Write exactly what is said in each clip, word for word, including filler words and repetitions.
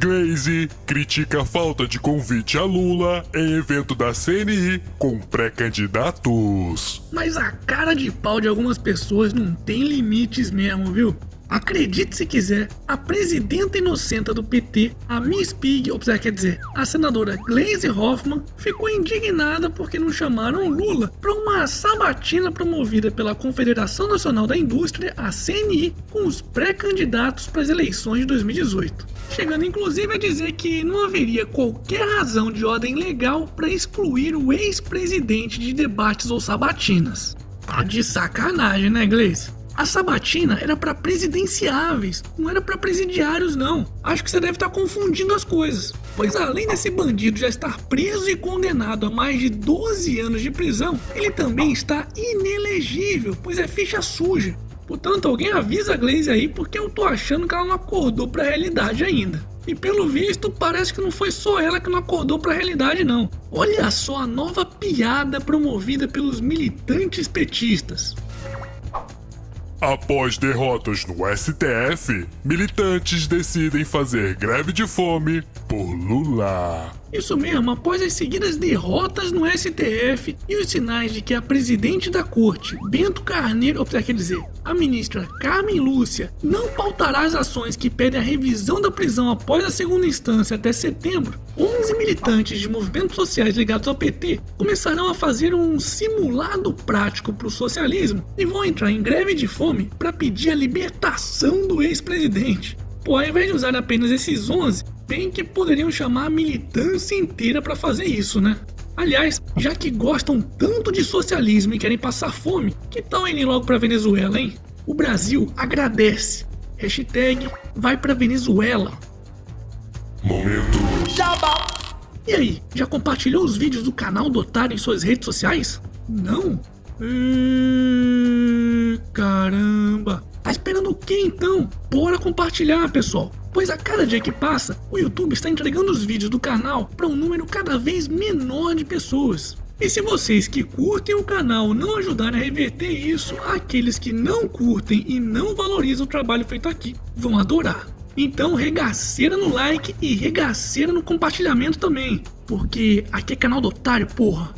Glaze critica a falta de convite a Lula em evento da C N I com pré-candidatos. Mas a cara de pau de algumas pessoas não tem limites mesmo, viu? Acredite se quiser, a presidenta inocenta do P T, a Miss Pig, ou seja, quer dizer, a senadora Glaze Hoffmann, ficou indignada porque não chamaram Lula para uma sabatina promovida pela Confederação Nacional da Indústria, a C N I, com os pré-candidatos para as eleições de dois mil e dezoito. Chegando inclusive a dizer que não haveria qualquer razão de ordem legal para excluir o ex-presidente de debates ou sabatinas. Tá de sacanagem, né, Glaze? A sabatina era para presidenciáveis, não era para presidiários não. Acho que você deve estar confundindo as coisas. Pois além desse bandido já estar preso e condenado a mais de doze anos de prisão, ele também está inelegível, pois é ficha suja. Portanto, alguém avisa a Glaze aí, porque eu tô achando que ela não acordou para a realidade ainda. E pelo visto, parece que não foi só ela que não acordou para a realidade não. Olha só a nova piada promovida pelos militantes petistas. Após derrotas no S T F, militantes decidem fazer greve de fome por Lula. Isso mesmo, após as seguidas derrotas no S T F e os sinais de que a presidente da corte, Bento Carneiro, ou seja, quer dizer, a ministra Carmen Lúcia, não pautará as ações que pedem a revisão da prisão após a segunda instância até setembro, onze militantes de movimentos sociais ligados ao P T começarão a fazer um simulado prático para o socialismo e vão entrar em greve de fome para pedir a libertação do ex-presidente. Pô, ao invés de usar apenas esses onze, bem que poderiam chamar a militância inteira para fazer isso, né? Aliás, já que gostam tanto de socialismo e querem passar fome, que tal irem logo pra Venezuela, hein? O Brasil agradece. Hashtag vai pra Venezuela. Momento. E aí, já compartilhou os vídeos do canal do Otário em suas redes sociais? Não? Ih, caramba! Tá esperando o que então? Bora compartilhar, pessoal! Pois a cada dia que passa, o YouTube está entregando os vídeos do canal para um número cada vez menor de pessoas. E se vocês que curtem o canal não ajudarem a reverter isso, aqueles que não curtem e não valorizam o trabalho feito aqui vão adorar. Então regaceira no like e regaceira no compartilhamento também, porque aqui é canal do Otário, porra!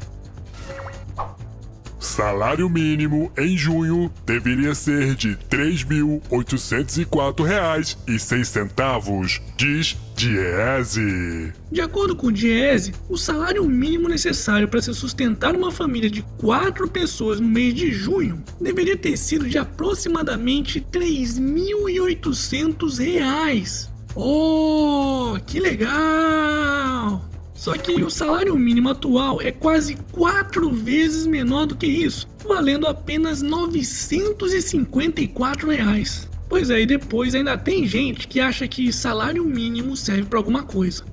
Salário mínimo em junho deveria ser de três mil oitocentos e quatro reais e seis centavos, diz Diese. De acordo com o Diese, o salário mínimo necessário para se sustentar uma família de quatro pessoas no mês de junho deveria ter sido de aproximadamente três mil e oitocentos reais. Oh, que legal! Só que o salário mínimo atual é quase quatro vezes menor do que isso, valendo apenas novecentos e cinquenta e quatro reais. Pois é, e depois ainda tem gente que acha que salário mínimo serve para alguma coisa.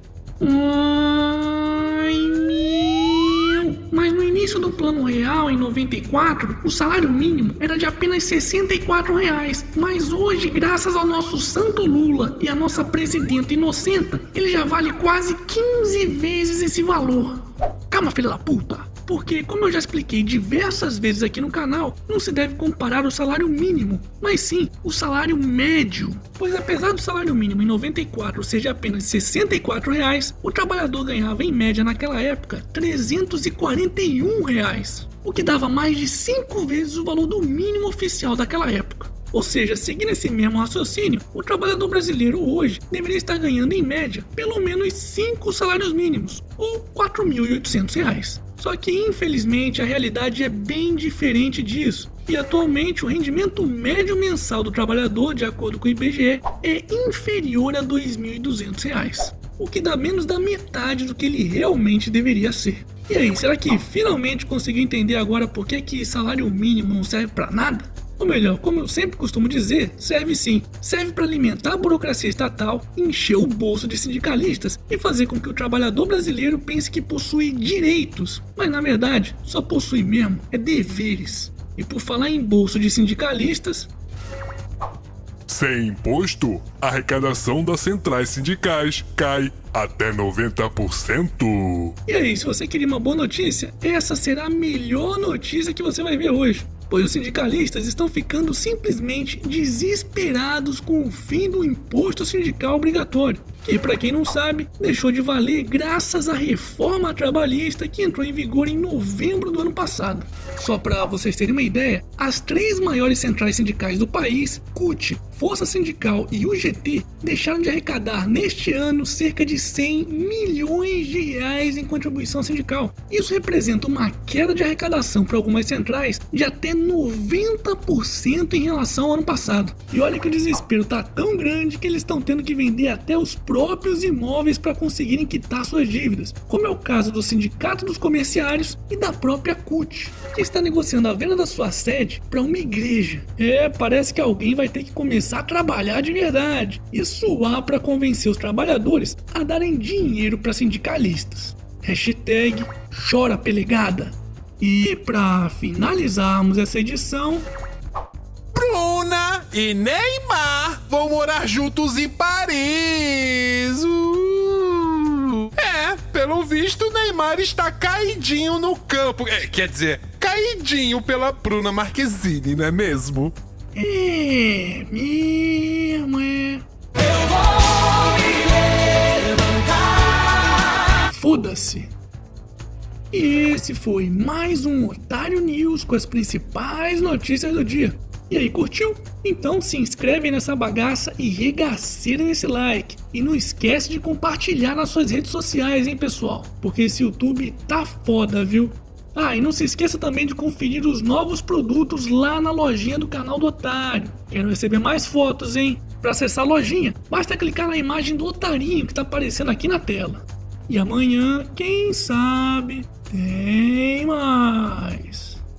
Ai, meu! Mas no início do Plano Real, em noventa e quatro, o salário mínimo era de apenas sessenta e quatro reais. Mas hoje, graças ao nosso santo Lula e à nossa presidenta inocenta, ele já vale quase quinze vezes esse valor. Calma, filha da puta! Porque, como eu já expliquei diversas vezes aqui no canal, não se deve comparar o salário mínimo, mas sim o salário médio. Pois apesar do salário mínimo em noventa e quatro ser de apenas sessenta e quatro reais, o trabalhador ganhava em média naquela época trezentos e quarenta e um reais, o que dava mais de cinco vezes o valor do mínimo oficial daquela época. Ou seja, seguindo esse mesmo raciocínio, o trabalhador brasileiro hoje deveria estar ganhando em média pelo menos cinco salários mínimos, ou quatro mil e oitocentos reais. Só que infelizmente a realidade é bem diferente disso, e atualmente o rendimento médio mensal do trabalhador, de acordo com o I B G E, é inferior a dois mil e duzentos reais, o que dá menos da metade do que ele realmente deveria ser. E aí, será que finalmente conseguiu entender agora por que que salário mínimo não serve para nada? Ou melhor, como eu sempre costumo dizer, serve sim. Serve para alimentar a burocracia estatal, encher o bolso de sindicalistas e fazer com que o trabalhador brasileiro pense que possui direitos, mas na verdade só possui mesmo é deveres. E por falar em bolso de sindicalistas... Sem imposto, a arrecadação das centrais sindicais cai até noventa por cento. E aí, se você queria uma boa notícia, essa será a melhor notícia que você vai ver hoje. Pois os sindicalistas estão ficando simplesmente desesperados com o fim do imposto sindical obrigatório, que, para quem não sabe, deixou de valer graças à reforma trabalhista que entrou em vigor em novembro do ano passado. Só para vocês terem uma ideia, as três maiores centrais sindicais do país, C U T, Força Sindical e U G T, deixaram de arrecadar neste ano cerca de cem milhões de reais em contribuição sindical. Isso representa uma queda de arrecadação para algumas centrais de até noventa por cento em relação ao ano passado. E olha que o desespero tá tão grande que eles estão tendo que vender até os próprios imóveis para conseguirem quitar suas dívidas, como é o caso do Sindicato dos Comerciários e da própria C U T, que está negociando a venda da sua sede para uma igreja. É, parece que alguém vai ter que começar a trabalhar de verdade e suar para convencer os trabalhadores a darem dinheiro para sindicalistas. Hashtag chora pelegada. E para finalizarmos essa edição, Bruna e Neymar vão morar juntos em Paris. Uh! É, pelo visto, Neymar está caidinho no campo. É, quer dizer, caidinho pela Bruna Marquezine, não é mesmo? É, mesmo é. Eu vou me levantar. Foda-se. E esse foi mais um Otário News com as principais notícias do dia. E aí, curtiu? Então se inscreve nessa bagaça e regaceira nesse like. E não esquece de compartilhar nas suas redes sociais, hein, pessoal? Porque esse YouTube tá foda, viu? Ah, e não se esqueça também de conferir os novos produtos lá na lojinha do canal do Otário. Quero receber mais fotos, hein? Para acessar a lojinha, basta clicar na imagem do otarinho que tá aparecendo aqui na tela. E amanhã, quem sabe, tem mais.